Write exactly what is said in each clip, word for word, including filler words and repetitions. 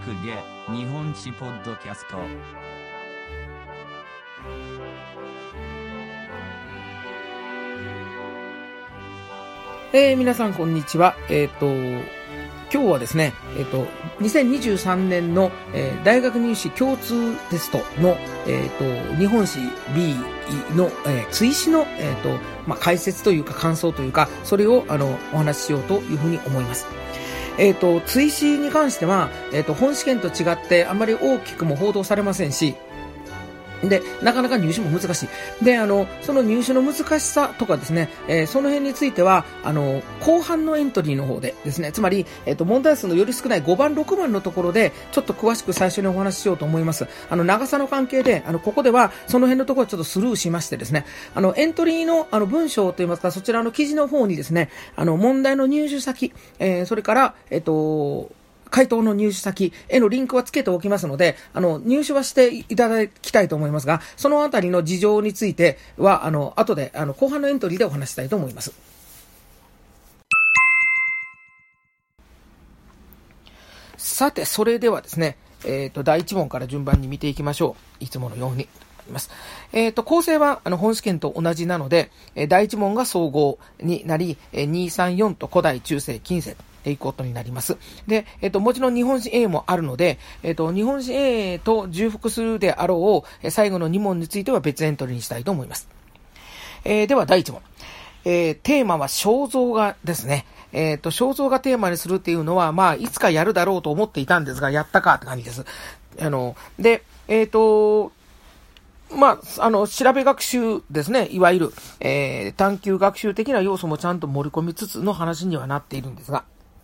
げ日本史ポッドキャスト。 えー、皆さんこんにちは。えっ、ー、と今日はですね、えっ、ー、とにせんにじゅうさんねんの、えー、大学入試共通テストの、えっ、ー、と日本史 B の、えー、追試の、えっ、ー、とまあ、解説というか感想というか、それをあのお話ししようというふうに思います。えっ、ー、と追試に関しては、えっ、ー、と本試験と違ってあまり大きくも報道されませんし、で、なかなか入手も難しい。で、あの、その入手の難しさとかですね、えー、その辺については、あの、後半のエントリーの方でですね、つまり、えっと、問題数のより少ないごばん、ろくばんのところで、ちょっと詳しく最初にお話ししようと思います。あの、長さの関係で、あの、ここでは、その辺のところをちょっとスルーしましてですね、あの、エントリーの、あの、文章といいますか、そちらの記事の方にですね、あの、問題の入手先、えー、それから、えっと、回答の入手先へのリンクはつけておきますので、あの、入手はしていただきたいと思いますが、そのあたりの事情については、あの、後で、あの、後半のエントリーでお話したいと思います。さて、それではですね、えっと、だいいち問から順番に見ていきましょう。いつものように。えっと、構成は、あの、本試験と同じなので、えー、だいいち問が総合になり、えー、に、さん、よんと古代、中世、近世、ということになります。で、えっと、もちろん日本史 A もあるので、えっと、日本史 A と重複するであろう、最後のに問については別エントリーにしたいと思います。えー、では、だいいち問。えー、テーマは肖像画ですね。えっと、肖像画テーマにするっていうのは、まあ、いつかやるだろうと思っていたんですが、やったかって感じです。あの、で、えっと、まあ、あの、調べ学習ですね。いわゆる、えー、探究学習的な要素もちゃんと盛り込みつつの話にはなっているんですが、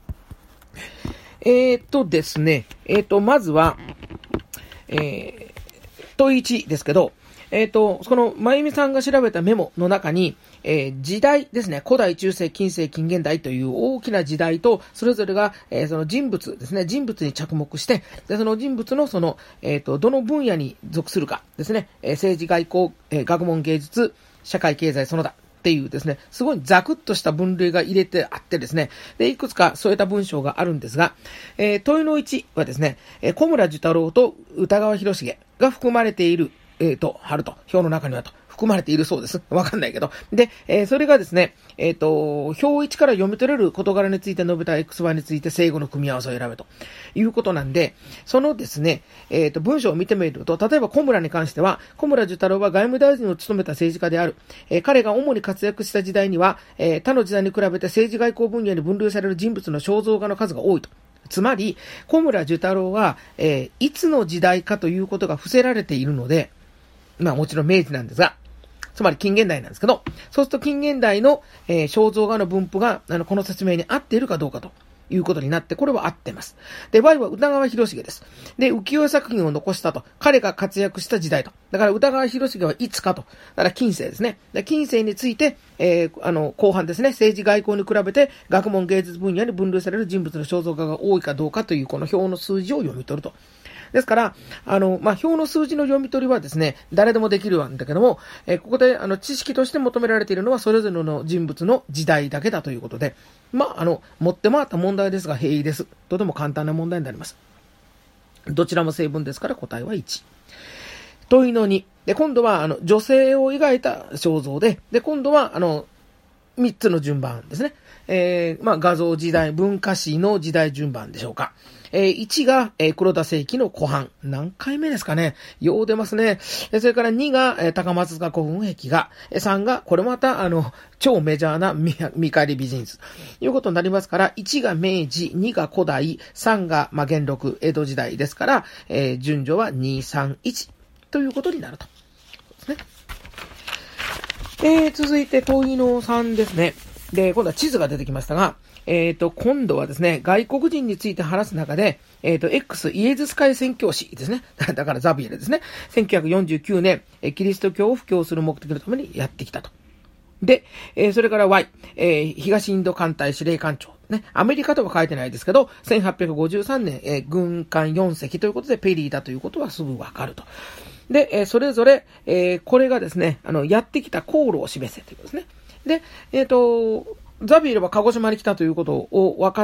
えーとですね、えーと、まずは、えー、問いいちですけど、えーと、その、まゆみさんが調べたメモの中に、えー、時代ですね、古代、中世、近世、近現代という大きな時代と、それぞれが、えー、その人物ですね、人物に着目して、で、その人物のその、えーと、どの分野に属するかですね、えー、政治、外交、えー、学問、芸術、社会、経済、その他、っていうですね、すごいザクッとした分類が入れてあってですね、で、いくつか添えた文章があるんですが、えー、問いのいちはですね、えー、小村寿太郎と歌川広重が含まれている、えー、と、あると、表の中にはと、含まれているそうです。わかんないけど。で、えー、それがですね、えっと、表いちから読み取れる事柄について述べた エックスワイ について正誤の組み合わせを選べということなんで、そのですね、えっと、文章を見てみると、例えば小村に関しては、小村寿太郎は外務大臣を務めた政治家である。えー、彼が主に活躍した時代には、えー、他の時代に比べて政治外交分野に分類される人物の肖像画の数が多いと。つまり、小村寿太郎は、えー、いつの時代かということが伏せられているので、まあもちろん明治なんですが、つまり近現代なんですけど、そうすると近現代の、えー、肖像画の分布があのこの説明に合っているかどうかということになって、これは合ってます。で、Y は歌川広重です。で、浮世絵作品を残したと。彼が活躍した時代と。だから歌川広重はいつかと。だから近世ですね。で近世について、えー、あの、後半ですね、政治外交に比べて学問芸術分野に分類される人物の肖像画が多いかどうかというこの表の数字を読み取ると。ですから、あの、まあ、表の数字の読み取りはですね、誰でもできるんだけども、えー、ここで、あの、知識として求められているのは、それぞれの人物の時代だけだということで、まあ、あの、持って回った問題ですが、平易です。とても簡単な問題になります。どちらも成分ですから答えはいち。問いのに。で、今度は、あの、女性を描いた肖像で、で、今度は、あの、みっつの順番ですね。えー、まあ、画像時代、文化史の時代順番でしょうか。えー、いちが、えー、黒田清輝の湖畔。何回目ですかね。よう出ますね。えー、それからにが、えー、高松塚古墳壁画。えー、さんが、これまた、あの、超メジャーな見, 見返り美人図。いうことになりますから、いちが明治、にが古代、さんが、まあ、元禄、江戸時代ですから、えー、順序はに、さん、いちということになると。ですね。えー、続いて問いのさんですね。で、今度は地図が出てきましたが、えっと、今度はですね、外国人について話す中で、えっと、X イエズス会宣教師ですね。だからザビエルですね。せんきゅうひゃくよんじゅうきゅうねん、キリスト教を布教する目的のためにやってきたと。で、えー、それから Y、えー、東インド艦隊司令官長。ね、アメリカとは書いてないですけど、せんはっぴゃくごじゅうさんねん、えー、軍艦よん隻ということでペリーだということはすぐわかると。で、えー、それぞれ、えー、これがですね、あの、やってきた航路を示せということですね。で、えっと、ザビエルは鹿児島に来たということを分かっ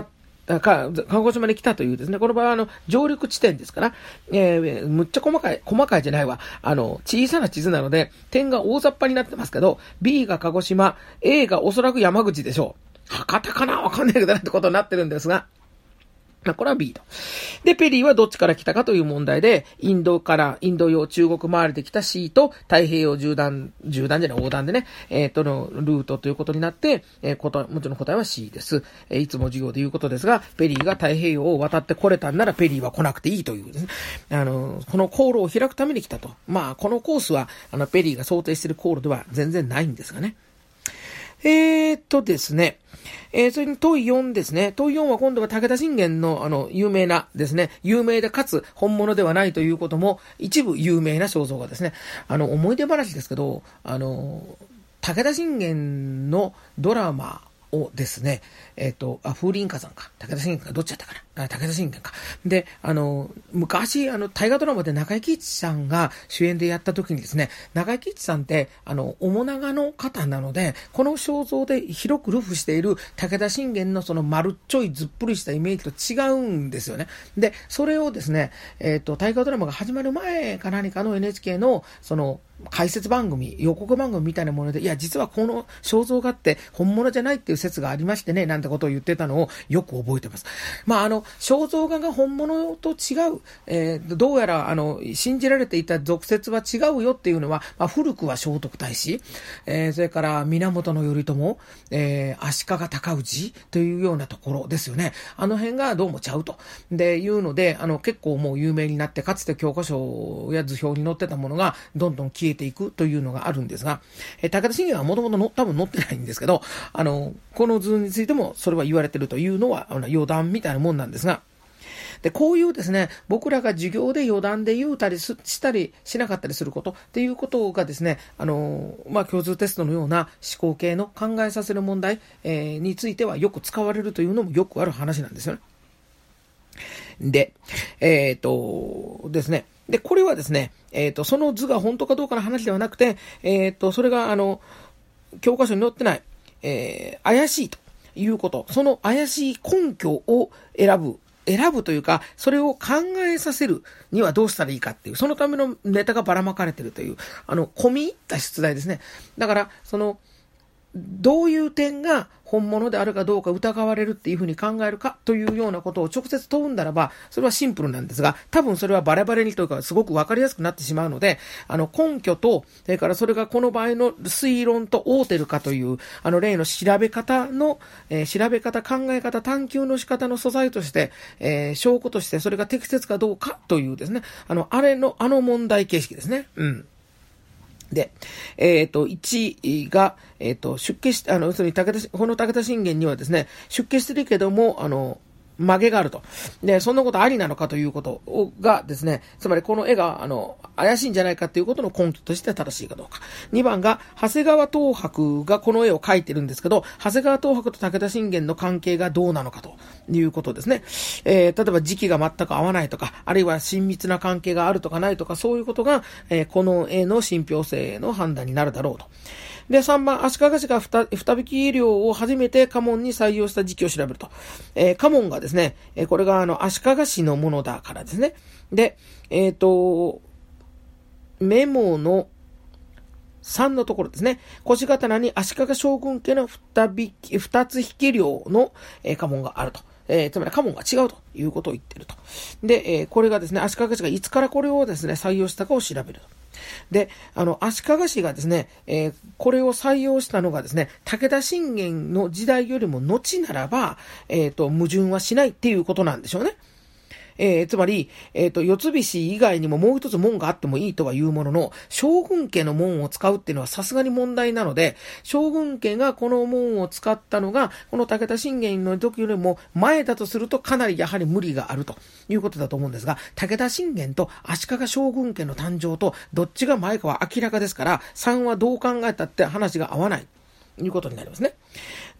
か、鹿児島に来たというですね、この場合はあの、上陸地点ですから、えー、むっちゃ細かい、細かいじゃないわ。あの、小さな地図なので、点が大雑把になってますけど、B が鹿児島、A がおそらく山口でしょう。博多かなわかんないけどなってことになってるんですが、これは B と。で、ペリーはどっちから来たかという問題で、インドから、インド洋中国周りで来た C と、太平洋縦断、縦断じゃない、横断でね、えっとの、ルートということになって、えー、こと、もちろん答えは C です。えー、いつも授業で言うことですが、ペリーが太平洋を渡ってこれたんなら、ペリーは来なくていいというですね。あの、この航路を開くために来たと。まあ、このコースは、あの、ペリーが想定している航路では全然ないんですがね。えーっとですね。えー、それに問いよんですね。問いよんは今度は武田信玄のあの、有名なですね、有名でかつ本物ではないということも一部有名な肖像画ですね。あの、思い出話ですけど、あの、武田信玄のドラマをですね、えっ、ー、と、あ、風林火山か。武田信玄か、どっちだったかな。あ、武田信玄か。で、あの、昔、あの、大河ドラマで中井貴一さんが主演でやった時にですね、中井貴一さんって、あの、面長の方なので、この肖像で広く流布している武田信玄のその丸っちょいずっぷりしたイメージと違うんですよね。で、それをですね、えっ、ー、と、大河ドラマが始まる前か何かの エヌエイチケー の、その、解説番組、予告番組みたいなもので、いや、実はこの肖像画って本物じゃないっていう説がありましてね、なんてことを言ってたのをよく覚えてます。まあ、あの、肖像画が本物と違う、えー、どうやら、あの、信じられていた俗説は違うよっていうのは、まあ、古くは聖徳太子、えー、それから源頼朝、えー、足利尊氏というようなところですよね。あの辺がどうもちゃうと。で、いうので、あの、結構もう有名になって、かつて教科書や図表に載ってたものが、どんどん消えていくというのがあるんですが、えー、武田信玄はもともと多分載ってないんですけど、あの、この図についてもそれは言われているというのは、あの余談みたいなもんなんですが、で、こういうですね、僕らが授業で余談で言うたりしたりしなかったりすることっていうことがですね、あの、まあ、共通テストのような思考系の考えさせる問題、えー、についてはよく使われるというのもよくある話なんですよね。で、えっとですね、で、これはですね、えっと、その図が本当かどうかの話ではなくて、えっと、それが、あの、教科書に載ってない、えー、怪しいということ、その怪しい根拠を選ぶ、選ぶというか、それを考えさせるにはどうしたらいいかっていう、そのためのネタがばらまかれているという、あの、込み入った出題ですね。だから、その、どういう点が本物であるかどうか疑われるっていうふうに考えるかというようなことを直接問うんだらば、それはシンプルなんですが、多分それはバレバレにというかすごくわかりやすくなってしまうので、あの根拠と、それからそれがこの場合の推論と合うてるかという、あの例の調べ方の、えー、調べ方、考え方、探求の仕方の素材として、えー、証拠としてそれが適切かどうかというですね、あの、あれの、あの問題形式ですね。うん。で、えっ、ー、と、いちいが、えっ、ー、と、出家し、あの、要するに武田、この武田信玄にはですね、出家してるけども、あの、曲げがあると。で、そんなことありなのかということがですね、つまりこの絵が、あの、怪しいんじゃないかということの根拠として正しいかどうか。にばんが、長谷川東博がこの絵を描いてるんですけど、長谷川東博と武田信玄の関係がどうなのかということですね。えー、例えば時期が全く合わないとか、あるいは親密な関係があるとかないとか、そういうことが、えー、この絵の信憑性の判断になるだろうと。で、さんばん、足利氏が二引き医療を初めて家紋に採用した時期を調べると。えー、家紋がですね、えー、これがあの、足利氏のものだからですね。で、えっと、メモのさんのところですね。腰刀に足利将軍家の二引き、二つ引き領の、えー、家紋があると。えー、つまり家紋が違うということを言っていると。で、えー、これがですね、足利氏がいつからこれをですね、採用したかを調べると。で、あの、足利氏がですね、えー、これを採用したのがですね、武田信玄の時代よりも後ならば、えっと、矛盾はしないっていうことなんでしょうね。えー、つまり、えっと、四つ菱以外にももう一つ門があってもいいとは言うものの、将軍家の門を使うっていうのはさすがに問題なので、将軍家がこの門を使ったのが、この武田信玄の時よりも前だとするとかなりやはり無理があるということだと思うんですが、武田信玄と足利将軍家の誕生とどっちが前かは明らかですから、さんはどう考えたって話が合わない。いうことになりますね。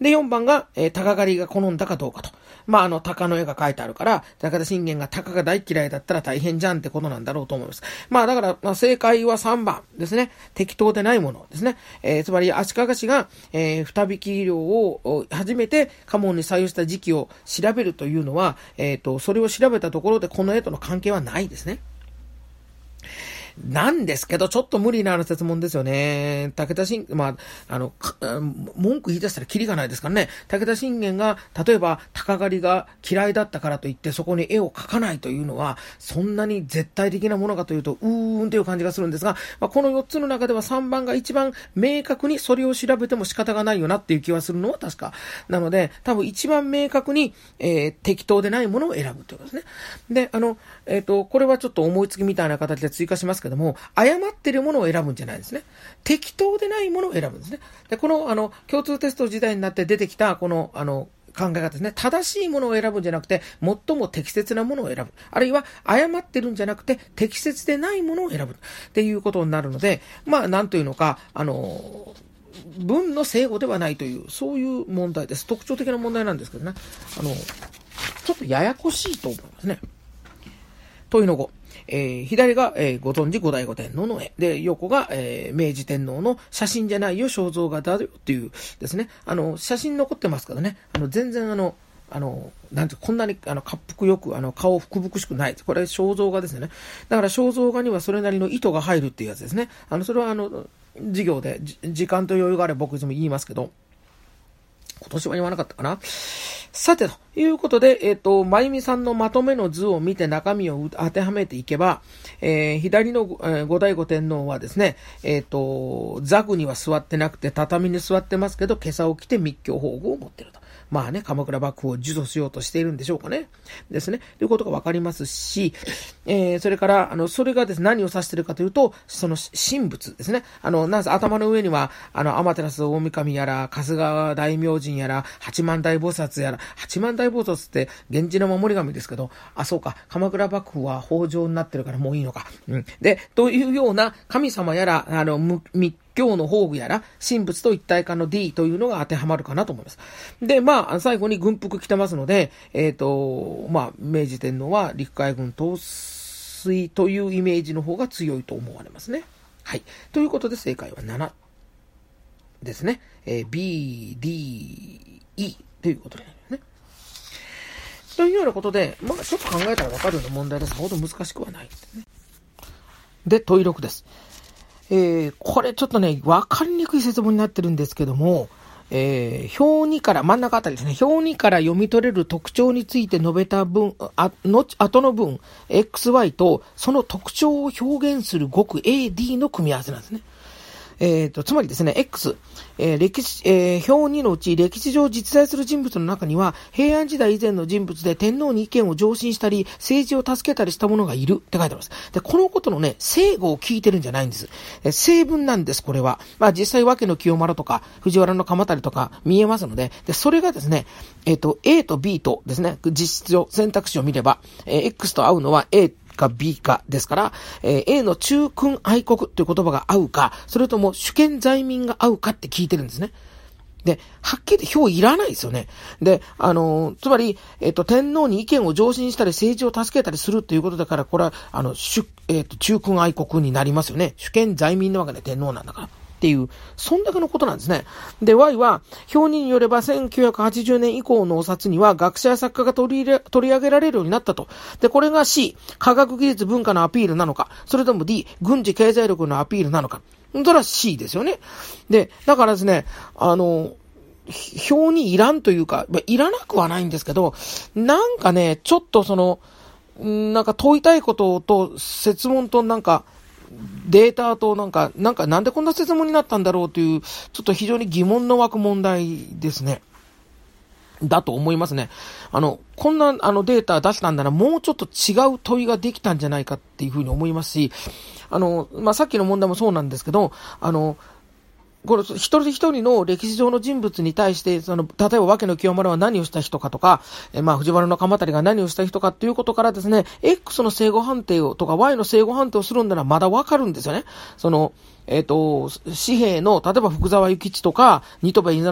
で、よんばんが、えー、鷹狩りが好んだかどうかと。まあ、あの、鷹の絵が描いてあるから、武田信玄が鷹が大嫌いだったら大変じゃんってことなんだろうと思います。まあ、だから、まあ、正解はさんばんですね。適当でないものですね。えー、つまり、足利氏が、えー、二引量を初めて家紋に採用した時期を調べるというのは、えっと、それを調べたところでこの絵との関係はないですね。なんですけど、ちょっと無理なある説問ですよね。武田信、まあ、あの、文句言い出したらキリがないですからね。武田信玄が、例えば、鷹狩りが嫌いだったからといって、そこに絵を描かないというのは、そんなに絶対的なものかというと、うーんという感じがするんですが、まあ、このよっつの中ではさんばんが一番明確にそれを調べても仕方がないよなっていう気はするのは確か。なので、多分一番明確に、えー、適当でないものを選ぶということですね。で、あの、えっと、これはちょっと思いつきみたいな形で追加しますけども、誤ってるものを選ぶんじゃないですね。適当でないものを選ぶんですね。で、この、あの、共通テスト時代になって出てきた、この、あの、考え方ですね。正しいものを選ぶんじゃなくて、最も適切なものを選ぶ。あるいは、誤ってるんじゃなくて、適切でないものを選ぶ。っていうことになるので、まあ、なんというのか、あの、文の正誤ではないという、そういう問題です。特徴的な問題なんですけどね。あの、ちょっとややこしいと思いますね。問いのご。えー、左が、えー、ご存知後醍醐天皇の絵。で、横が、えー、明治天皇の写真じゃないよ、肖像画だよっていうですね。あの、写真残ってますからね。あの、全然あの、あの、なんて、こんなに、あの、滑腹よく、あの、顔福々しくない。これ、肖像画ですね。だから、肖像画にはそれなりの意図が入るっていうやつですね。あの、それはあの、授業で、時間と余裕があれば僕いつも言いますけど、今年は言わなかったかな。さて、ということで、えっと、まゆみさんのまとめの図を見て中身を当てはめていけば、えー、左の、えー、後醍醐天皇はですね、えっと、座具には座ってなくて畳に座ってますけど、袈裟を着て密教宝具を持っていると。まあね、鎌倉幕府を授与しようとしているんでしょうかね。ですね。ということがわかりますし、えー、それから、あの、それがですね、何を指しているかというと、その神仏ですね。あの、なぜ頭の上には、あの、天照大神やら、春日大明神やら、八幡大菩薩やら、八幡大菩薩って源氏の守り神ですけど、あ、そうか、鎌倉幕府は北条になってるからもういいのか。うん。で、というような神様やら、あの、密教の宝具やら、神仏と一体化の D というのが当てはまるかなと思います。で、まあ、最後に軍服着てますので、えっと、まあ、明治天皇は陸海軍統帥というイメージの方が強いと思われますね。はい。ということで正解はななですね。えー、B、D、E ということになりますね。というようなことで、まあ、ちょっと考えたらわかるような問題でさほど難しくはないですね。で、問いろくです。えー、これちょっとね、わかりにくい説問になってるんですけども、えー、表にから、真ん中あたりですね、表にから読み取れる特徴について述べた文、あの、後の文、エックスワイ と、その特徴を表現する語句 エーディー の組み合わせなんですね。えーと、つまりですね、X、えー、歴史、えー、表にのうち歴史上実在する人物の中には、平安時代以前の人物で天皇に意見を上申したり、政治を助けたりした者がいるって書いてあります。で、このことのね、正語を聞いてるんじゃないんです。えー、正文なんです、これは。まあ実際、訳の清丸とか、藤原の鎌足とか見えますので、で、それがですね、えっと、A と B とですね、実質上選択肢を見れば、えー、X と合うのは A、か B かですから、えー、A の忠君愛国という言葉が合うか、それとも主権在民が合うかって聞いてるんですね。で、はっきり言って表いらないですよね。で、あのー、つまり、えっと、天皇に意見を上申したり政治を助けたりするということだから、これは、あの、主、えっと、忠君愛国になりますよね。主権在民なわけで天皇なんだから。っていう、そんだけのことなんですね。で、Y は、表によればせんきゅうひゃくはちじゅうねん以降のお札には学者や作家が取り入れ、取り上げられるようになったと。で、これが C、科学技術文化のアピールなのか、それとも D、軍事経済力のアピールなのか。それは C ですよね。で、だからですね、あの、表にいらんというか、いらなくはないんですけど、なんかね、ちょっとその、なんか問いたいことと設問となんか、データとなんか、なんかなんでこんな説問になったんだろうという、ちょっと非常に疑問の湧く問題ですね。だと思いますね。あの、こんなあのデータ出したんならもうちょっと違う問いができたんじゃないかっていうふうに思いますし、あの、まあ、さっきの問題もそうなんですけど、あの、これ、一人一人の歴史上の人物に対して、その、例えば、訳の清丸は何をした人かとか、えまあ、藤原の鎌足が何をした人かっていうことからですね、X の正誤判定を、とか Y の正誤判定をするんならまだわかるんですよね。その、えっと、紙幣の、例えば福沢諭吉とか、新渡戸稲之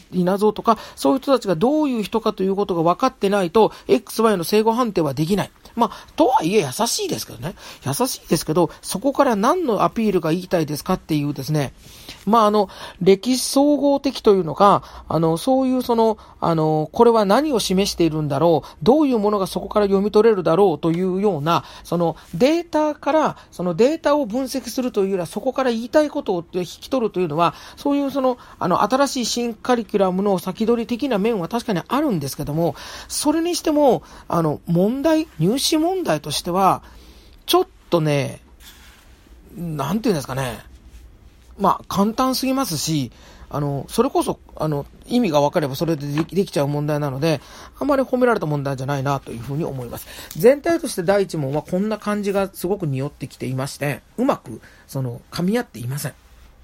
稲造とか、そういう人たちがどういう人かということが分かってないと、エックスワイ の正誤判定はできない。まあ、とはいえ優しいですけどね。優しいですけど、そこから何のアピールが言いたいですかっていうですね、まあ、あの、歴史総合的というのか、あの、そういうその、あの、これは何を示しているんだろう、どういうものがそこから読み取れるだろうというような、そのデータから、そのデータを分析するというよりは、そこから言いたいことを引き取るというのは、そういうその、あの、新しい新カリキュラムの先取り的な面は確かにあるんですけども、それにしても、あの、問題、入試問題としては、ちょっとね、なんていうんですかね、まあ、簡単すぎますし、あの、それこそ、あの、意味が分かればそれででき、できちゃう問題なので、あまり褒められた問題じゃないなというふうに思います。全体として第一問はこんな感じがすごく匂ってきていまして、うまく、その、噛み合っていません。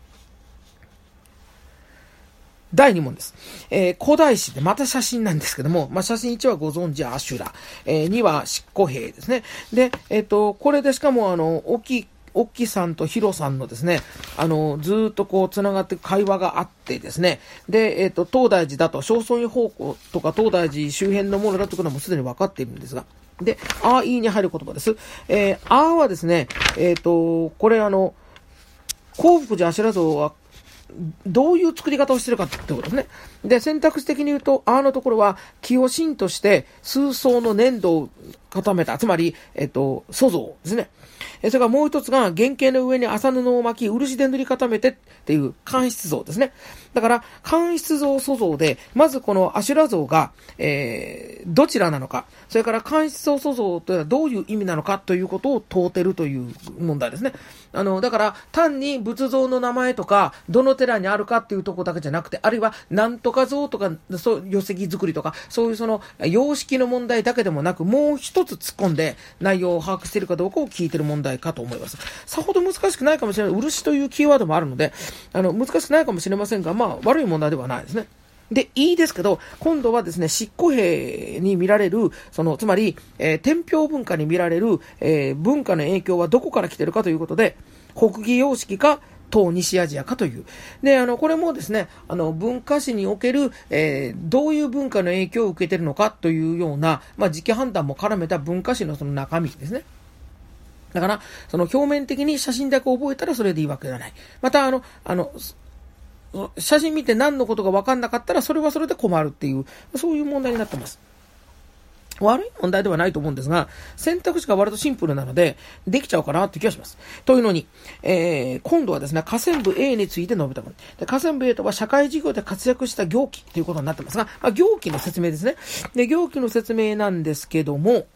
だいに問です。えー、古代史でまた写真なんですけども、まあ、写真いちはご存知アシュラ、えー、には執行兵ですね。で、えっと、これでしかもあの、大きい、おっきさんとひろさんのですね、あの、ずーっとこう、つながって会話があってですね、で、えっと、東大寺だと、正倉院方向とか東大寺周辺のものだということはもうすでに分かっているんですが、で、あーいいに入る言葉です。えー、あーはですね、えっと、これあの、興福寺阿修羅像は、どういう作り方をしているかってことですね。で、選択肢的に言うと、あのところは、木を芯として数層の粘土を固めた、つまり、えっと、塑像ですね。それからもう一つが、原型の上に麻布を巻き、漆で塗り固めてっていう間質像ですね。だから、間質像塑像で、まずこの阿修羅像が、えー、どちらなのか、それから間質像塑像というのはどういう意味なのかということを問うてるという問題ですね。あの、だから、単に仏像の名前とか、どの寺にあるかっていうところだけじゃなくて、あるいは、なんとか像とか、そう、寄席作りとか、そういうその、様式の問題だけでもなく、もう一つ突っ込んで、内容を把握しているかどうかを聞いている問題かと思います。さほど難しくないかもしれない。漆というキーワードもあるので、あの、難しくないかもしれませんが、まあ、悪い問題ではないですね。で、いいですけど、今度はですね、執行兵に見られる、その、つまり、えー、天平文化に見られる、えー、文化の影響はどこから来ているかということで、北魏様式か、東西アジアかという。で、あの、これもですね、あの、文化史における、えー、どういう文化の影響を受けているのかというような、まあ、時期判断も絡めた文化史のその中身ですね。だから、その表面的に写真だけ覚えたらそれでいいわけではない。また、あの、あの、写真見て何のことが分かんなかったらそれはそれで困るっていう、そういう問題になってます。悪い問題ではないと思うんですが、選択肢が割とシンプルなので、できちゃうかなって気がします。というのに、えー、今度はですね、下線部 A について述べたもの。で、下線部 A とは社会事業で活躍した行基ということになってますが、まあ、行基の説明ですね。で、行基の説明なんですけども、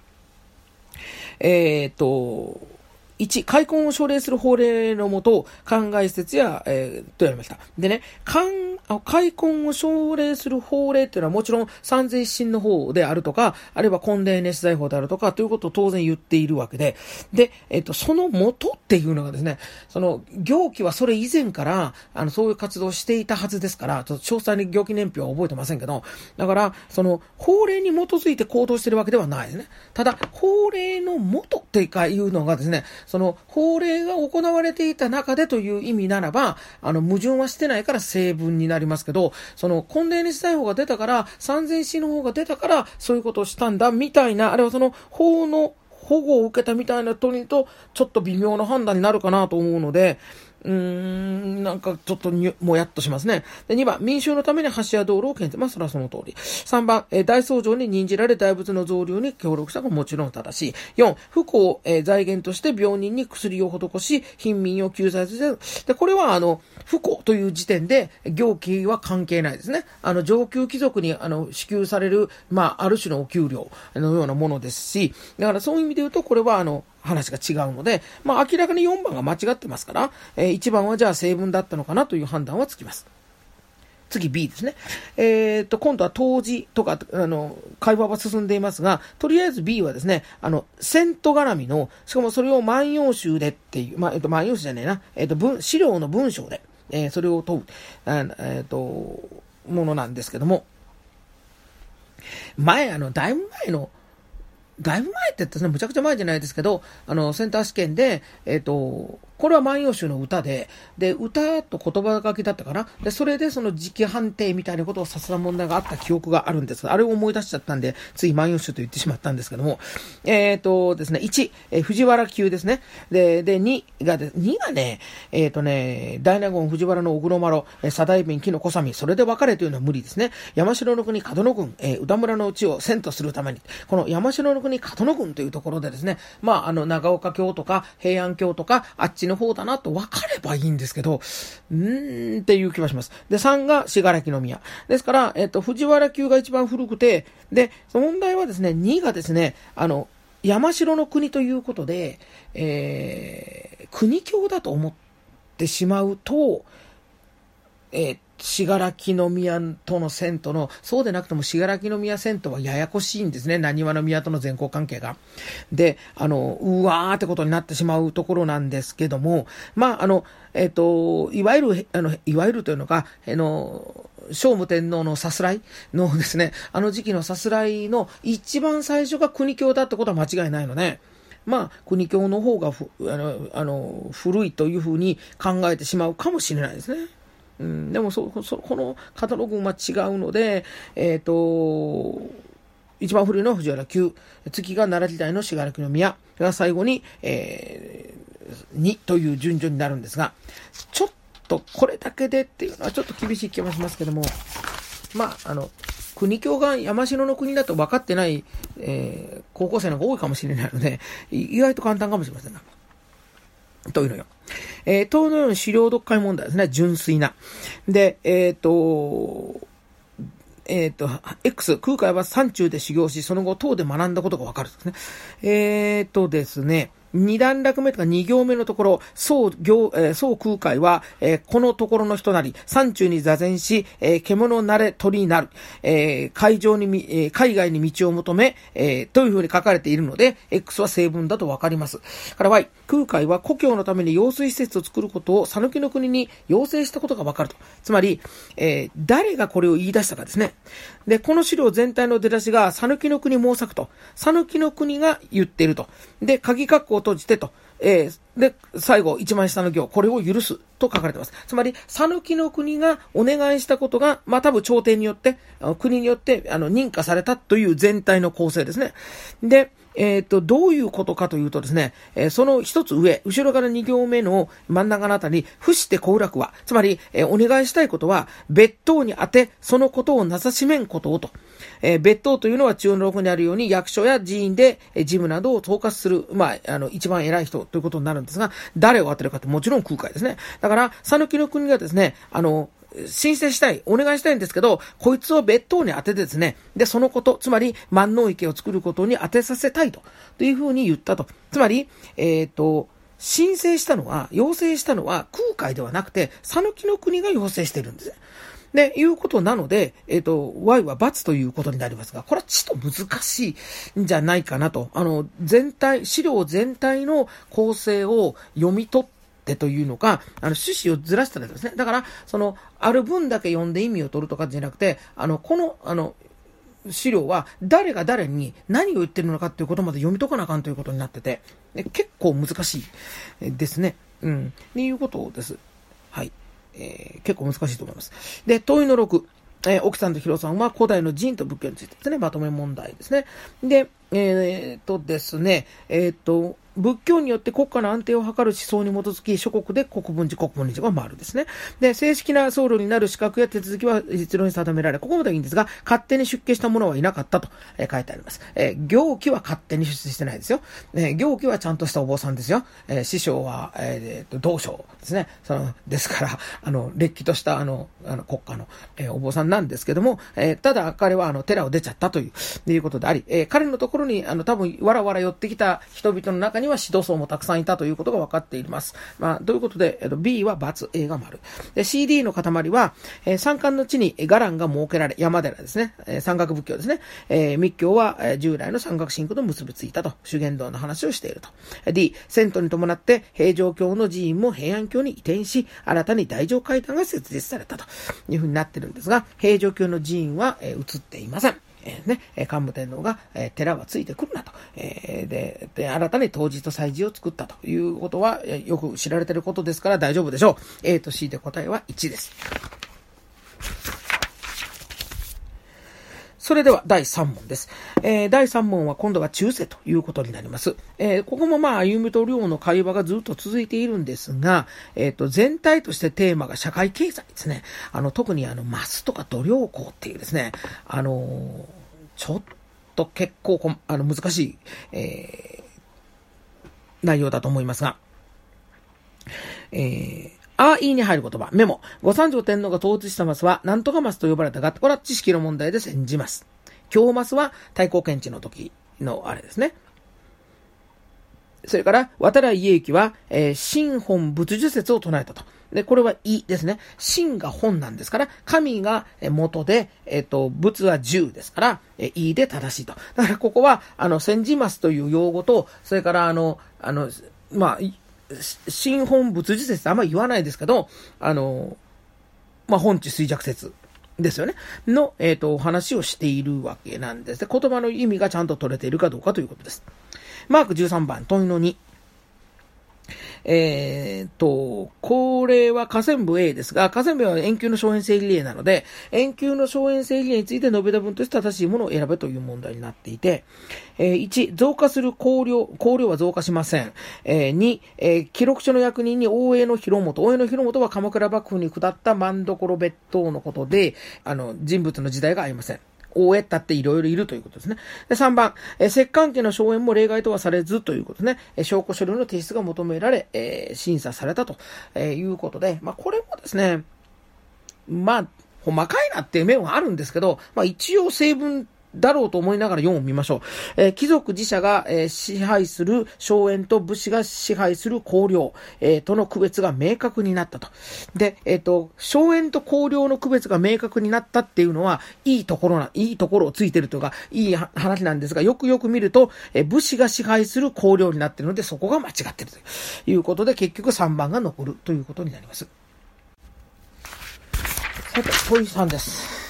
えーと、いち、開墾を奨励する法令のもと、灌漑施設や、えー、とやりました。でね、開墾を奨励する法令っていうのはもちろん三税一審の方であるとか、あるいは婚礼熱罪法であるとかということを当然言っているわけで、で、えっと、その元っていうのがですね、その、行基はそれ以前から、あの、そういう活動をしていたはずですから、ちょっと詳細に行基年表は覚えてませんけど、だから、その、法令に基づいて行動しているわけではないですね。ただ、法令の元っていうのがですね、その法令が行われていた中でという意味ならば、あの矛盾はしてないから正文になりますけど、その婚礼熱罪法が出たから、三千死の法が出たからそういうことをしたんだみたいな、あれはその法の保護を受けたみたいなとにとちょっと微妙な判断になるかなと思うので、うーん、なんかちょっとにもやっとしますね。で、にばん、民衆のために橋や道路を建設。まあ、それはその通り。さんばん、えー、大僧正に任じられ大仏の増量に協力したのももちろん正しい。よん、不幸、えー、財源として病人に薬を施し、貧民を救済する。で、これはあの、不幸という時点で、行基は関係ないですね。あの、上級貴族にあの、支給される、まあ、ある種のお給料のようなものですし、だからそういう意味で言うと、これはあの、話が違うので、まあ明らかによんばんが間違ってますから、えー、いちばんはじゃあ正文だったのかなという判断はつきます。次 B ですね。えー、っと、今度は当時とか、あの、会話は進んでいますが、とりあえず B はですね、あの、セント絡みの、しかもそれを万葉集でっていう、まあ、えっと、万葉集じゃねえな、えっと、文、資料の文章で、えー、それを問う、えー、っと、ものなんですけども、前、あの、だいぶ前の、だいぶ前って言ったらむちゃくちゃ前じゃないですけど、あの、センター試験で、えっと、 これは万葉集の歌で、で、歌と言葉書きだったかな。で、それでその時期判定みたいなことをさせた問題があった記憶があるんですが、あれを思い出しちゃったんで、つい万葉集と言ってしまったんですけども、えっとですね、いち、えー、藤原級ですね。で、で、にがで、にがね、えっとね、大納言藤原の小黒麻呂、左大弁木の小三、それで別れというのは無理ですね。山城の国門野郡、えー、宇田村の地を遷都するために、この山城の国門野郡というところでですね、まあ、あの、長岡京とか平安京とか、あっちの方だなと分かればいいんですけど、うーんっていう気がします。で、さんが信楽宮。ですから、えっと、藤原級が一番古くて、で、その問題はですね、にがですね、あの、山城の国ということで、えー、国京だと思ってしまうと、えー信楽宮との遷都の、そうでなくても信楽宮遷都はややこしいんですね。浪速の宮との前後関係が。で、あの、うわーってことになってしまうところなんですけども、まあ、あの、えっと、いわゆる、あの、いわゆるというのが、あの、聖武天皇のさすらいのですね、あの時期のさすらいの一番最初が国京だってことは間違いないので、まあ、国京の方がふあのあの古いというふうに考えてしまうかもしれないですね。うん、でもそそこの門野郡は違うので、えっと、一番古いのは藤原級、次が奈良時代の信楽宮が最後に、えー、にという順序になるんですが、ちょっとこれだけでっていうのはちょっと厳しい気もしますけども、まあ、あの、国京が山城の国だと分かってない、えー、高校生の方が多いかもしれないので、意外と簡単かもしれませんが。というのよ。えー、東のように資料読解問題ですね。純粋な。で、えっと、えっと、X、空海は山中で修行し、その後、唐で学んだことがわかるんですね。えっとですね、二段落目とか二行目のところ、宋行、えー、宋空海は、えー、このところの人なり、山中に座禅し、えー、獣なれ鳥になる、えー、海上に、えー、海外に道を求め、えー、というふうに書かれているので、X は正文だとわかります。から Y、空海は故郷のために用水施設を作ることを讃岐の国に要請したことがわかると。つまり、えー、誰がこれを言い出したかですね。で、この資料全体の出だしが、讃岐の国毛作と、讃岐の国が言っていると。で、鍵括弧を閉じてと。えー、で、最後、一番下の行、これを許すと書かれています。つまり、讃岐の国がお願いしたことが、まあ、多分朝廷によって、国によって、あの、認可されたという全体の構成ですね。で、えっと、どういうことかというとですね、えー、その一つ上、後ろから二行目の真ん中のあたりに、伏して後楽は、つまり、えー、お願いしたいことは、別当に当て、そのことをなさしめんことをと。えー、別当というのは中央の録にあるように、役所や寺院で、えー、事務などを統括する、まあ、あの、一番偉い人ということになるんですが、誰を当てるかってもちろん空海ですね。だから、讃岐の国がですね、あの、申請したい、お願いしたいんですけど、こいつを別当に当ててですね、で、そのこと、つまり万能池を作ることに当てさせたいと、というふうに言ったと。つまり、えっと、申請したのは、要請したのは空海ではなくて、讃岐の国が要請しているんですね。で、いうことなので、えっと、Y は×ということになりますが、これはちょっと難しいんじゃないかなと。あの、全体、資料全体の構成を読み取って、というのか、あの、趣旨をずらしたらですね。だから、その、ある分だけ読んで意味を取るとかじゃなくて、あの、この、あの、資料は誰が誰に何を言ってるのかということまで読み解かなあかんということになってて、結構難しいですね。うん。っていうことです。はい。えー、結構難しいと思います。で、問いのろく。えー、沖さんとヒロさんは古代の寺院と仏教についてですね、まとめ問題ですね。で、えー、っとですね、えー、っと、仏教によって国家の安定を図る思想に基づき、諸国で国分寺、国分寺が回るですね。で、正式な僧侶になる資格や手続きは実論に定められ、ここまではいいんですが、勝手に出家した者はいなかったと、えー、書いてあります。えー、行基は勝手に出世してないですよ。えー、行基はちゃんとしたお坊さんですよ。えー、師匠は、えー、道将ですね。その、ですから、あの、れっきとした、あの、あの国家の、えー、お坊さんなんですけども、えー、ただ彼は、あの、寺を出ちゃったという、いうことであり、えー、彼のところに、あの、多分、わらわら寄ってきた人々の中には指導層もたくさんいたということが分かっています。まあ、ということで、えっと、B は×、A が丸。で、シーディー の塊は、えー、山間の地に伽藍が設けられ、山寺ですね、えー、山岳仏教ですね、えー、密教は、えー、従来の山岳信仰と結びついたと、修験道の話をしていると。D、遷都に伴って平城京の寺院も平安京に移転し、新たに大乗会談が設立されたというふうになっているんですが、平城京の寺院は、えー、移っていません。 えー、ね、桓武天皇が、えー、寺はついてくるなと、えー、で、で、新たに東寺と祭寺を作ったということは、よく知られていることですから大丈夫でしょう。A と C で答えはいちです。それではだいさん問です。えー、だいさん問は今度は中世ということになります。えー、ここもまあ、歩みと量の会話がずっと続いているんですが、えっと、全体としてテーマが社会経済ですね。あの、特にあの、マスとか度量衡っていうですね、あのー、ちょっと結構こ、あの、難しい、えー、内容だと思いますが、えー、あいに入る言葉。メモ。御三条天皇が統治したマスは、なんとかマスと呼ばれたが、これは知識の問題で煎じます。京マスは太閤検地の時のあれですね。それから、渡来家行は、えー、神本仏樹説を唱えたと。で、これは意ですね。神が本なんですから、神が元で、えっと、仏は十ですから、え意で正しいと。だから、ここは、あの、煎じますという用語と、それから、あの、あの、まあ、神本仏樹説ってあんまり言わないですけど、あの、まあ、本地衰弱説ですよね。の、えっと、お話をしているわけなんですね。言葉の意味がちゃんと取れているかどうかということです。マークじゅうさんばん、問いのに。えー、と、これは下線部 A ですが、下線部は円球の小円整理例なので、円球の小円整理例について述べた文として正しいものを選べという問題になっていて、えー、いち、増加する綱領、綱領は増加しません。えー、に、えー、記録書の役人に大江の広元、大江の広元は鎌倉幕府に下った万所別当のことで、あの、人物の時代がありません。大江ったっていろいろいるということですね。で、さんばん、えー、摂関家の荘園も例外とはされずということね。えー、証拠書類の提出が求められ、えー、審査されたと、えー、いうことで、まあ、これもですね、まあ、細かいなっていう面はあるんですけど、まあ、一応成分だろうと思いながらよんを見ましょう。えー、貴族自社が、えー、支配する荘園と武士が支配する公領、えー、との区別が明確になったと。で、えっと、荘園と公領の区別が明確になったっていうのは、いいところな、いいところをついてるというか、いい話なんですが、よくよく見ると、えー、武士が支配する公領になっているので、そこが間違っているということで、結局さんばんが残るということになります。さて、問いさんです。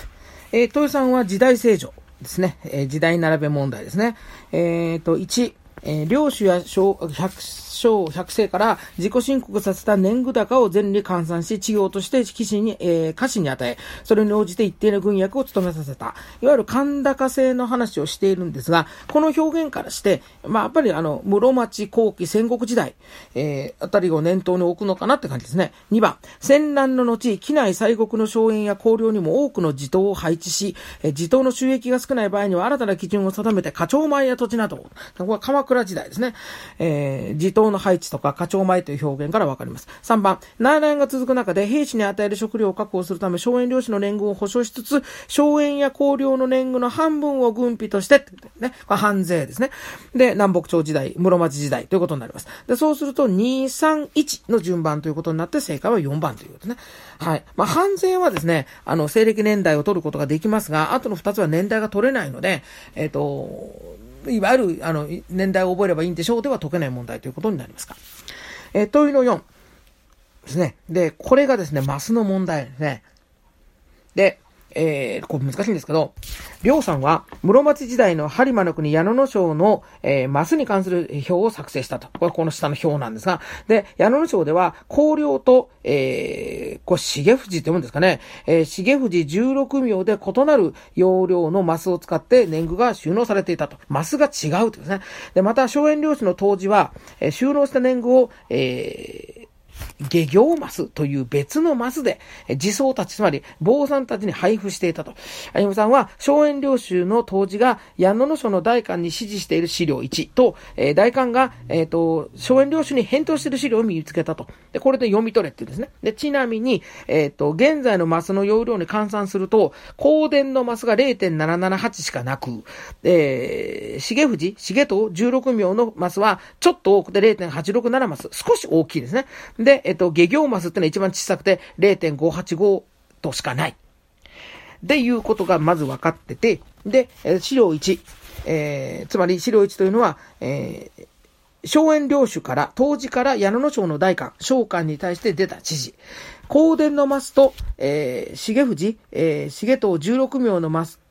えー、問いさんは時代正常ですね。えー、時代並べ問題ですね。えっと、いち、えー、領主や小百姓、百姓から自己申告させた年貢高を全に換算し、地業として騎士に、えー、家臣に与え、それに応じて一定の軍役を務めさせた。いわゆる神高制の話をしているんですが、この表現からして、まあ、やっぱりあの、室町後期戦国時代、えー、あたりを念頭に置くのかなって感じですね。にばん、戦乱の後、畿内西国の荘園や公領にも多くの地頭を配置し、えー、地頭の収益が少ない場合には新たな基準を定めて、課長前や土地など、ここは鎌倉時代ですね。えー、地頭の配置とか課長前という表現からわかります。さんばん、内乱が続く中で兵士に与える食料を確保するため荘園領主の年貢を保証しつつ、荘園や公領の年貢の半分を軍費として、ね、これ半税ですね。で、南北朝時代、室町時代ということになります。で、そうするとに、さん、いちの順番ということになって正解はよんばんということですね。はい。まあ、半税はですね、あの、西暦年代を取ることができますが、あとのふたつは年代が取れないので、えっと、いわゆる、あの、年代を覚えればいいんでしょうでは解けない問題ということになりますか。えー、問いのよんですね。で、これがですね、マスの問題ですね。で、えー、これ難しいんですけど、りょうさんは室町時代の播磨の国矢野の省の、えー、マスに関する表を作成したと。これこの下の表なんですが、で、矢野の省では公領と、えー、これ重藤って読むんですかね、えー、重藤じゅうろく名で異なる容量のマスを使って年貢が収納されていたと。マスが違うというですね。で、また荘園領主の当時は、えー、収納した年貢を、えー下行マスという別のマスで、地僧たち、つまり坊さんたちに配布していたと。あゆむさんは、荘園領主の当時が矢野の書の代官に指示している資料いちと、えー、代官が、えっと、荘園領主に返答している資料を見つけたと。で、これで読み取れっていうんですね。で、ちなみに、えっと、現在のマスの容量に換算すると、公伝のマスが れいてんななななはち しかなく、えー、重藤、重藤じゅうろく名のマスはちょっと多くて れいてんはちろくなな マス。少し大きいですね。で、えっと、下行マスってのは一番小さくて れいてんごはちご としかない。でいうことがまず分かってて、で、資料いち、えー、つまり資料いちというのは、えー、荘園領主から、当時から矢野の省の代官、将官に対して出た指示。公伝のマスと、えー、重藤、えー、重藤じゅうろく名のマス、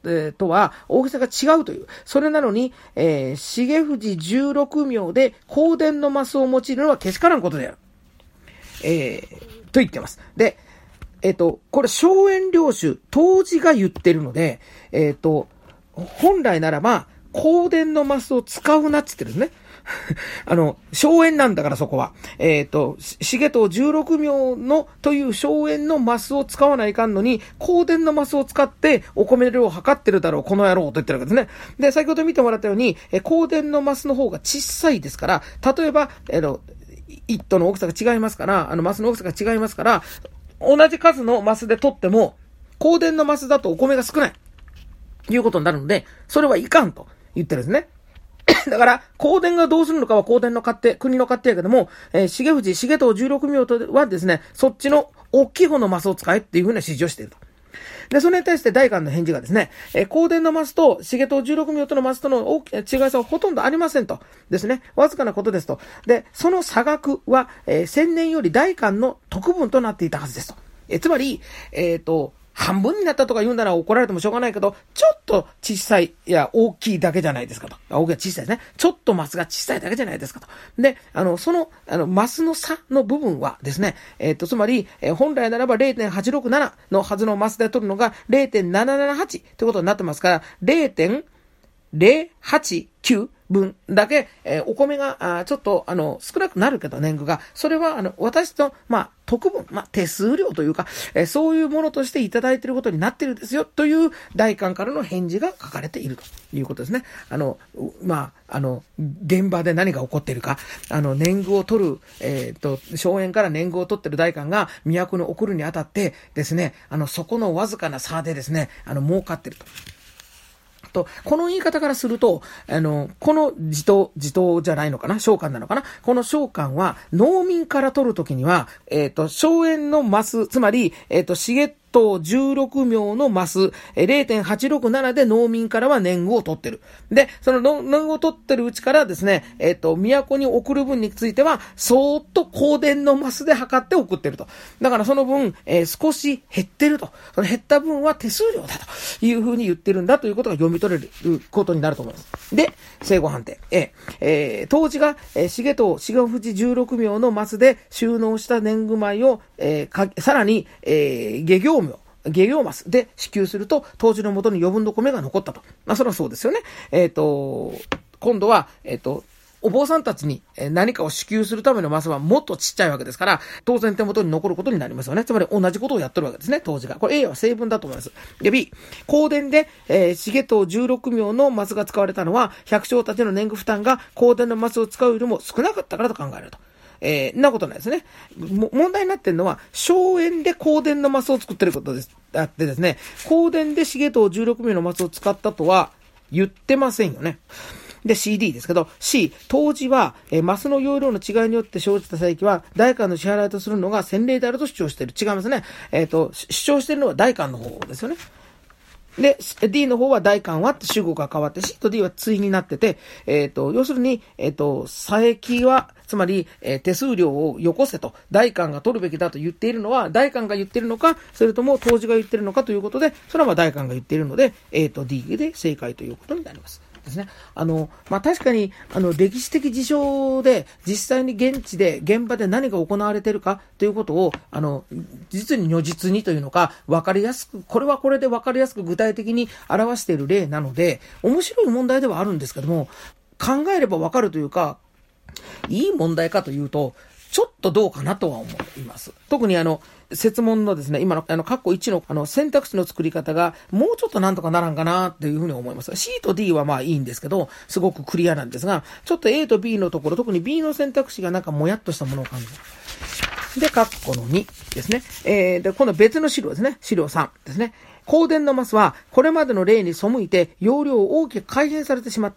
とは大きさが違うという。それなのに、えー、重藤じゅうろくみょうで光電のマスを用いるのはけしからんことである。えー、と言ってます。で、えっ、ー、と、これ、荘園領主、当時が言ってるので、えっ、ー、と、本来ならば、光電のマスを使うなって言ってるんですね。あの、荘園なんだからそこは。えっ、ー、と、重藤じゅうろくみょうのという荘園のマスを使わないかんのに、光電のマスを使ってお米の量を測ってるだろう、この野郎と言ってるわけですね。で、先ほど見てもらったように、え光電のマスの方が小さいですから、例えば、えー、一斗の大きさが違いますから、あの、マスの大きさが違いますから、同じ数のマスで取っても、光電のマスだとお米が少ない。いうことになるので、それはいかんと言ってるんですね。だから、光電がどうするのかは光電の勝手、国の勝手やけども、えー、重藤、重藤じゅうろくみょうはですね、そっちの大きい方のマスを使えっていうふうな指示をしていると。で、それに対して大官の返事がですね、えー、光電のマスと重藤じゅうろくみょうとのマスとの大きな違い差はほとんどありませんと。ですね。わずかなことですと。で、その差額は、えー、先年より大官の特分となっていたはずですと。えー、つまり、えっと、半分になったとか言うなら怒られてもしょうがないけど、ちょっと小さい、いや、大きいだけじゃないですかと。大きいは小さいですね。ちょっとマスが小さいだけじゃないですかと。で、あの、その、あの、マスの差の部分はですね、えっと、つまり、えー、本来ならば れいてんはちろくなな のはずのマスで取るのが れいてんななななはち ということになってますから、れいてんぜろはちきゅうぶんだけ、えー、お米が、あちょっと、あの、少なくなるけど、年貢が。それは、あの、私の、まあ、特分、まあ、手数料というか、えー、そういうものとしていただいていることになっているんですよ、という大官からの返事が書かれているということですね。あの、まあ、あの、現場で何が起こっているか、あの、年貢を取る、えっと、荘園から年貢を取っている大官が都に送るにあたってですね、あの、そこのわずかな差でですね、あの、儲かっていると。と、この言い方からすると、あの、この地頭、地頭じゃないのかな商館なのかなこの商館は、農民から取るときには、えっと、荘園のマス、つまり、えっと、重藤じゅうろくみょうのマス、れいてんはちろくなな で農民からは年貢を取ってる。で、その年貢を取ってるうちからですね、えっと、都に送る分については、そーっと光電のマスで測って送ってると。だからその分、えー、少し減ってると。その減った分は手数料だというふうに言ってるんだということが読み取れることになると思います。で、正誤判定。えーえー、当時が、えー、重藤、重藤じゅうろくみょうのマスで収納した年貢米を、えー、かさらに、えー、下行名、下行マスで支給すると、当時の元に余分の米が残ったと。まあ、それはそうですよね。えっと、今度は、えっと、お坊さんたちに何かを支給するためのマスはもっとちっちゃいわけですから、当然手元に残ることになりますよね。つまり同じことをやってるわけですね、当時が。これ A は正文だと思います。で、B、香典で、えー、重藤じゅうろくみょうのマスが使われたのは、百姓たちの年貢負担が香典のマスを使うよりも少なかったからと考えると。えー、なことないですね。も、問題になっているのは、荘園で香典のマスを作ってることです。あってですね、香典で重藤じゅうろくみょうのマスを使ったとは言ってませんよね。で、シーディー ですけど、C、当時は、えー、マスの容量の違いによって生じた差益は、代官の支払いとするのが先例であると主張している。違いますね。えっと、主張しているのは代官の方ですよね。で、D の方は代官はって主語が変わって、C と D は対になってて、えっと、要するに、えっと、差益は、つまり、えー、手数料をよこせと、代官が取るべきだと言っているのは、代官が言っているのか、それとも当時が言っているのかということで、それはまあ代官が言っているので、A と D で正解ということになります。ですね。あの、まあ、確かに、あの、歴史的事象で、実際に現地で、現場で何が行われているかということを、あの、実に如実にというのか、わかりやすく、これはこれでわかりやすく具体的に表している例なので、面白い問題ではあるんですけども、考えればわかるというか、いい問題かというと、ちょっとどうかなとは思います。特にあの、設問のですね、今の、あの、括弧いちの、あの、選択肢の作り方が、もうちょっとなんとかならんかなっていうふうに思います。C と D はまあいいんですけど、すごくクリアなんですが、ちょっと A と B のところ、特に B の選択肢がなんかもやっとしたものを感じる。で、括弧のにですね。えー、で、今度別の資料ですね。資料さんですね。香典のマスは、これまでの例に背いて、容量を大きく改変されてしまったので、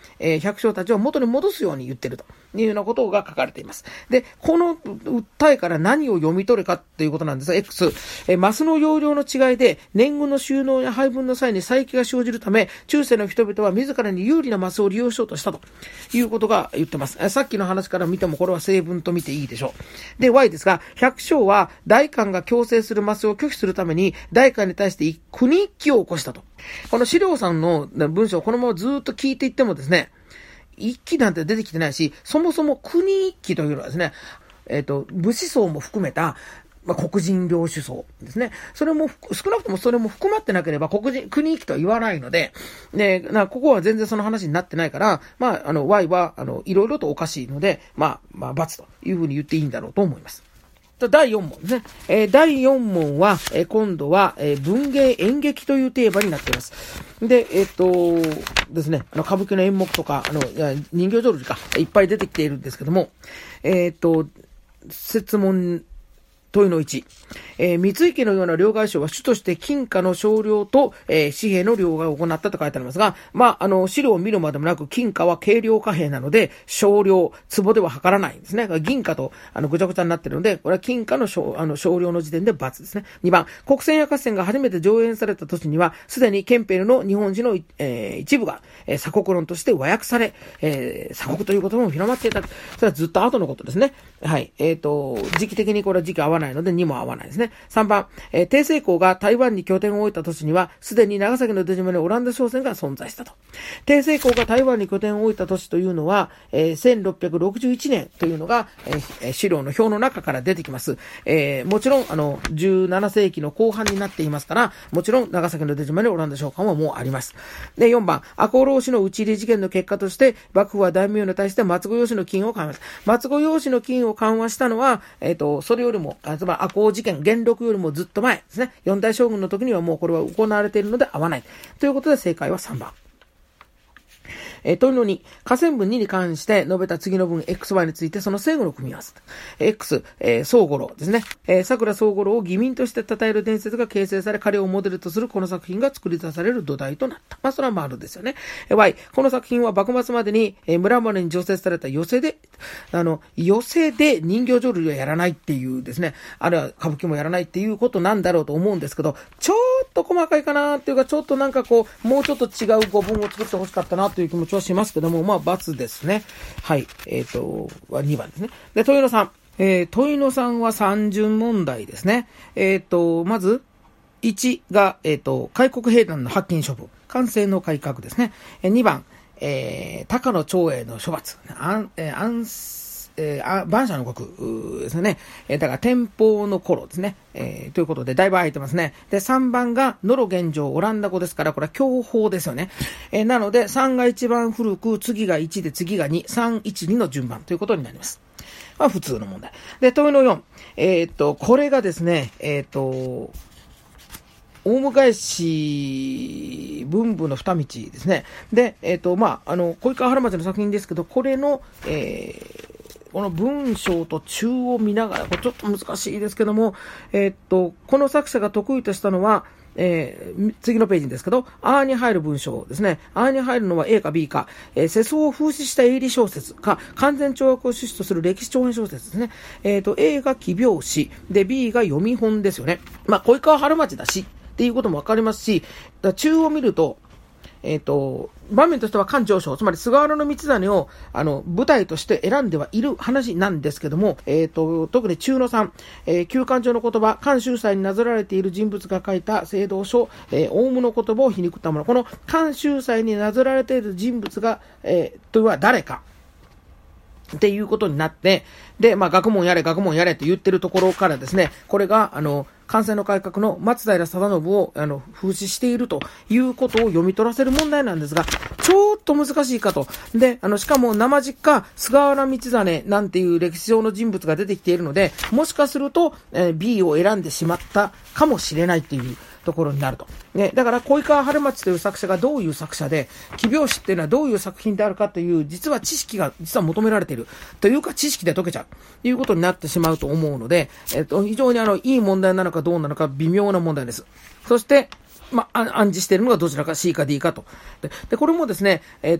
えー、百姓たちを元に戻すように言ってるというようなことが書かれています。で、この訴えから何を読み取るかということなんですが、X、えー、マスの容量の違いで年貢の収納や配分の際に差異が生じるため、中世の人々は自らに有利なマスを利用しようとしたということが言ってます。さっきの話から見てもこれは成分と見ていいでしょう。で、Y ですが、百姓は代官が強制するマスを拒否するために代官に対して国一揆を起こしたと。この資料さんの文章をこのままずっと聞いていってもですね、一揆なんて出てきてないし、そもそも国一揆というのはですね、えっと、武士層も含めた、まあ、黒人領主層ですね。それも、少なくともそれも含まってなければ黒人、国一揆とは言わないので、ね、な、ここは全然その話になってないから、まあ、あの、Y は、あの、いろいろとおかしいので、まあ、まあ、×というふうに言っていいんだろうと思います。だいよん問ですね。えー、だいよん問は、えー、今度は、えー、文芸演劇というテーマになっています。で、えっと、ですね、あの、歌舞伎の演目とか、あの、人形浄瑠璃か、いっぱい出てきているんですけども、えっと、設問、問いのいち、えー、三井家のような両替商は主として金貨の少量と、えー、紙幣の両替を行ったと書いてありますが、まあ、あの、資料を見るまでもなく、金貨は軽量貨幣なので、少量、壺では測らないんですね。銀貨と、あの、ぐちゃぐちゃになっているので、これは金貨の少、あの、少量の時点で×ですね。にばん、国選や合戦が初めて上演された年には、すでにケンペルの日本人の、えー、一部が、えー、鎖国論として和訳され、えー、鎖国という言葉も広まっていた。それはずっと後のことですね。はい。えっと、時期的にこれは時期合わないのでにも合わないですね。さんばん、えー、帝政公が台湾に拠点を置いた年には、すでに長崎の出島にオランダ商船が存在したと。帝政公が台湾に拠点を置いた年というのは、えー、せんろっぴゃくろくじゅういちねんというのが、えー、資料の表の中から出てきます。えー、もちろん、あの、じゅうななせいきの後半になっていますから、もちろん長崎の出島にオランダ商館はもうあります。で、よんばん、赤穂浪士の討ち入り事件の結果として、幕府は大名に対して松子用紙の金を緩和した。松子用紙の金を緩和したのは、えっと、それよりも、つまり赤穂事件、元禄よりもずっと前ですね。四代将軍の時にはもうこれは行われているので合わない。ということで正解はさんばん。えー、問いのに、下線文にに関して述べた次の文 エックスワイ についてその正語の組み合わせ。X、えー、宗五郎ですね。えー、桜宗五郎を義民として称える伝説が形成され、彼をモデルとするこの作品が作り出される土台となった。まあ、それは丸ですよね。えー、Y、この作品は幕末までに、えー、村々に常設された寄せで、あの、寄せで人形浄瑠璃はやらないっていうですね、あるいは歌舞伎もやらないっていうことなんだろうと思うんですけど、ちょっと細かいかなっていうか、ちょっとなんかこう、もうちょっと違う語文を作ってほしかったなという気持ちはしますけども、まあ、×ですね。はい。えっと、にばんですね。で、問いのさん。えー、問いのさんは三巡問題ですね。えっと、まず、いちが、えっと、開国兵団の発禁処分。官制の改革ですね。にばん、えー、高野長英の処罰。安、えー、安、えー、晩舎の国ですね。えー、だから天保の頃ですね。えー、ということで、だいぶ空いてますね。で、さんばんが、ノロ現状、オランダ語ですから、これは享保ですよね。えー、なので、さんが一番古く、次がいちで、次がに、さん、いち、にの順番ということになります。まあ、普通の問題。で、問いのよん。えー、っと、これがですね、えー、っと、大向返し文部の二道ですね。で、えっと、まあ、あの、小井川原町の作品ですけど、これの、えー、この文章と中を見ながら、これちょっと難しいですけども、えー、っと、この作者が得意としたのは、えー、次のページですけど、あーに入る文章ですね。あーに入るのは A か B か、えー、世相を風刺した営利小説か、完全懲悪を趣旨とする歴史長編小説ですね。えっと、A が奇拍子、で、B が読み本ですよね。まあ、小井川春町だし、っていうこともわかりますし、だ中を見ると、えっと、場面としては官上昇、つまり菅原道真を、あの、舞台として選んではいる話なんですけども、えっと、特に中のさん、えー、旧漢上の言葉、漢秀才になぞられている人物が書いた聖堂書、えー、オウムの言葉を皮肉ったもの。この漢秀才になぞられている人物が、えー、とは誰か。っていうことになって、で、まあ、学問やれ、学問やれと言ってるところからですね、これが、あの、官制の改革の松平定信を、あの、風刺しているということを読み取らせる問題なんですが、ちょっと難しいかと。で、あの、しかも生実家、菅原道真なんていう歴史上の人物が出てきているので、もしかすると、えー、B を選んでしまったかもしれないというところになると。ね、だから、小井川春町という作者がどういう作者で、奇拍子っていうのはどういう作品であるかという、実は知識が実は求められている。というか、知識で解けちゃう。ということになってしまうと思うので、えっと、非常にあの、いい問題なのかどうなのか微妙な問題です。そして、まあ、暗示しているのがどちらか C か D かと。で、でこれもですね、えっと、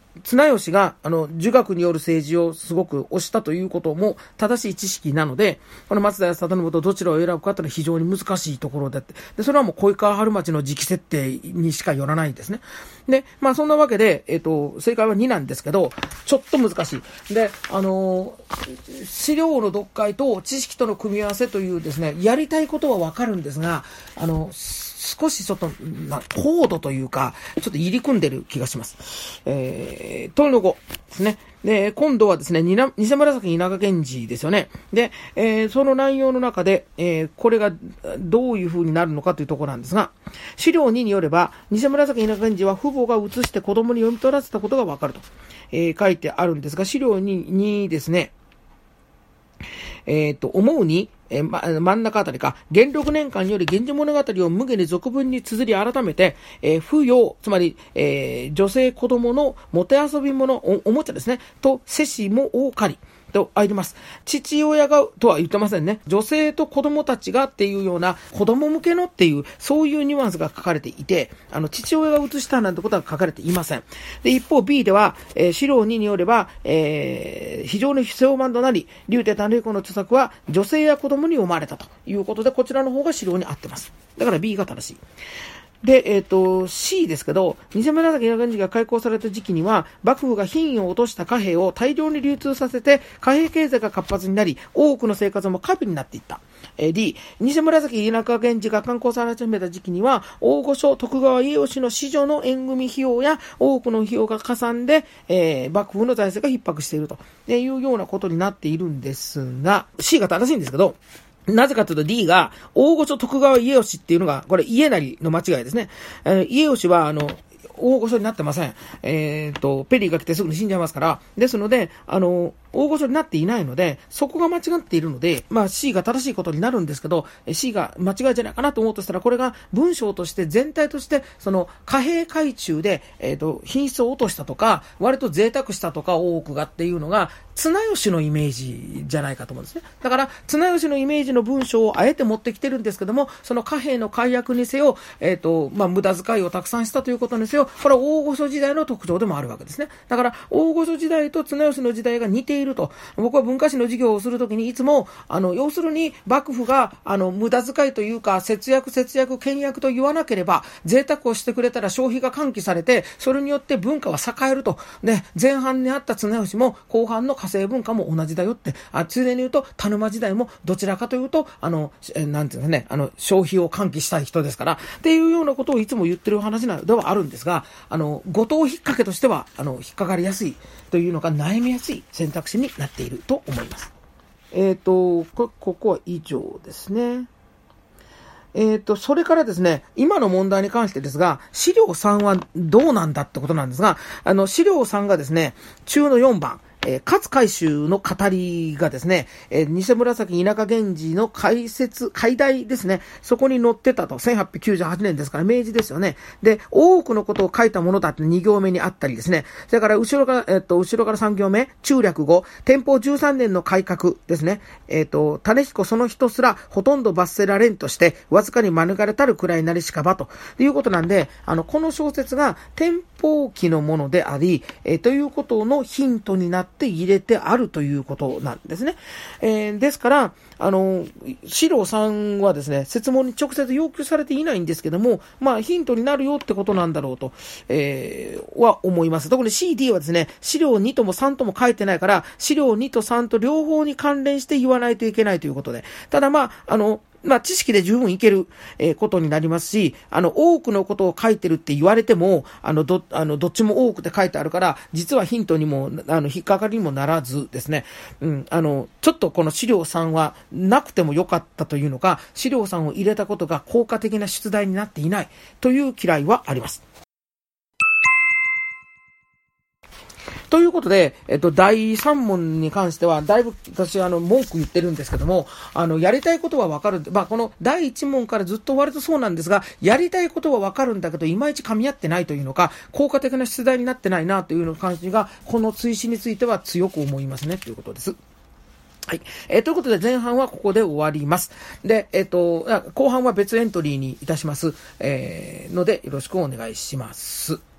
綱吉が、あの、儒学による政治をすごく推したということも正しい知識なので、この松平定信とどちらを選ぶかというのは非常に難しいところであって、で、それはもう小井川春町の時期設定にしかよらないんですね。で、まあそんなわけで、えっと、正解はになんですけど、ちょっと難しい。で、あのー、資料の読解と知識との組み合わせというですね、やりたいことはわかるんですが、あの、少しちょっと、まあ、高度というか、ちょっと入り組んでる気がします。えー、問いのごですね。で、今度はですね、にな偽紫田舎源氏ですよね。で、えー、その内容の中で、えー、これがどういう風になるのかというところなんですが、資料にによれば、偽紫田舎源氏は父母が移して子供に読み取らせたことがわかると、えー、書いてあるんですが、資料ににですね、えっと、思うに、えーま、真ん中あたりか、元禄年間により源氏物語を無下に俗文に綴り改めて、えー、扶養、つまり、えー、女性子供のもて遊び物、お、おもちゃですね、と、せしもを借り、とあります。父親がとは言ってませんね。女性と子供たちがっていうような子供向けのっていうそういうニュアンスが書かれていて、あの父親が写したなんてことは書かれていません。で一方 ビー では、えー、資料にによれば、えー、非常に不正慢となり、竜亭種彦の著作は女性や子供に読まれたということで、こちらの方が資料に合ってます。だから ビー が正しい。で、えっと、シー ですけど、偽紫田舎源氏が開港された時期には、幕府が品位を落とした貨幣を大量に流通させて、貨幣経済が活発になり、多くの生活も過敏になっていった。えー、D、偽紫田舎源氏が刊行され始めた時期には、大御所徳川家吉の子女の縁組費用や多くの費用がかさんで、えー、幕府の財政が逼迫しているというようなことになっているんですが、C が正しいんですけど、なぜかというと D が、大御所徳川家吉っていうのが、これ家成の間違いですね。えー、家吉は、あの、大御所になってません。えっと、ペリーが来てすぐに死んじゃいますから。ですので、あの、大御所になっていないので、そこが間違っているので、まあ C が正しいことになるんですけど、C が間違いじゃないかなと思うとしたら、これが文章として全体として、その貨幣改鋳で、えっと、品質を落としたとか、割と贅沢したとか多くがっていうのが、綱吉のイメージじゃないかと思うんですね。だから、綱吉のイメージの文章をあえて持ってきてるんですけども、その貨幣の解約にせよ、えっと、まあ無駄遣いをたくさんしたということにせよ、これは大御所時代の特徴でもあるわけですね。だから、大御所時代と綱吉の時代が似ていると。僕は文化史の授業をするときにいつも、あの、要するに幕府が、あの、無駄遣いというか、節約節約倹約と言わなければ、贅沢をしてくれたら消費が喚起されて、それによって文化は栄えると。で、前半にあった綱吉も、後半の火星文化も同じだよって、あ、ついでに言うと、田沼時代もどちらかというと、あの、えなんていうんですかね、あの、消費を喚起したい人ですから、っていうようなことをいつも言ってる話なのではあるんですが、あの、後藤引っ掛けとしては、あの、引っかかりやすいというのが悩みやすい選択肢になっていると思います。えっと、こ、ここは以上ですね。えっと、それからですね、今の問題に関してですが、資料さんはどうなんだってことなんですが、あの、資料さんがですね、中のよんばん、えー、勝海舟の語りがですね、えー、偽紫田舎源氏の解説、解題ですね、そこに載ってたと、せんはっぴゃくきゅうじゅうはちねんですから明治ですよね。で、多くのことを書いたものだってに行目にあったりですね、それから後ろから、えっと、後ろからさん行目、中略後、天保じゅうさんねんの改革ですね、えっと、種彦その人すらほとんど罰せられんとして、わずかに免れたるくらいなりしかばと、いうことなんで、あの、この小説が天保期のものであり、えー、ということのヒントになって入れてあるということなんですね。えー、ですから、あの、資料さんはですね、設問に直接要求されていないんですけども、まあ、ヒントになるよってことなんだろうと、えー、は思います。特に シーディー はですね、資料にともさんとも書いてないから、資料にとさんと両方に関連して言わないといけないということで。ただまあ、あの、まあ、知識で十分いける、えー、ことになりますし、あの、多くのことを書いてるって言われても、あの、ど、あの、どっちも多くて書いてあるから、実はヒントにも、あの、引っかかりにもならずですね、うん、あの、ちょっとこの資料さんはなくてもよかったというのか、資料さんを入れたことが効果的な出題になっていないという嫌いはあります。ということで、えっと、だいさん問に関しては、だいぶ私、あの、文句言ってるんですけども、あの、やりたいことはわかる。まあ、このだいいち問からずっと割とそうなんですが、やりたいことはわかるんだけど、いまいち噛み合ってないというのか、効果的な出題になってないなというの感じが、この追試については強く思いますね、ということです。はい。えー、ということで前半はここで終わります。で、えっと、後半は別エントリーにいたします。えー、ので、よろしくお願いします。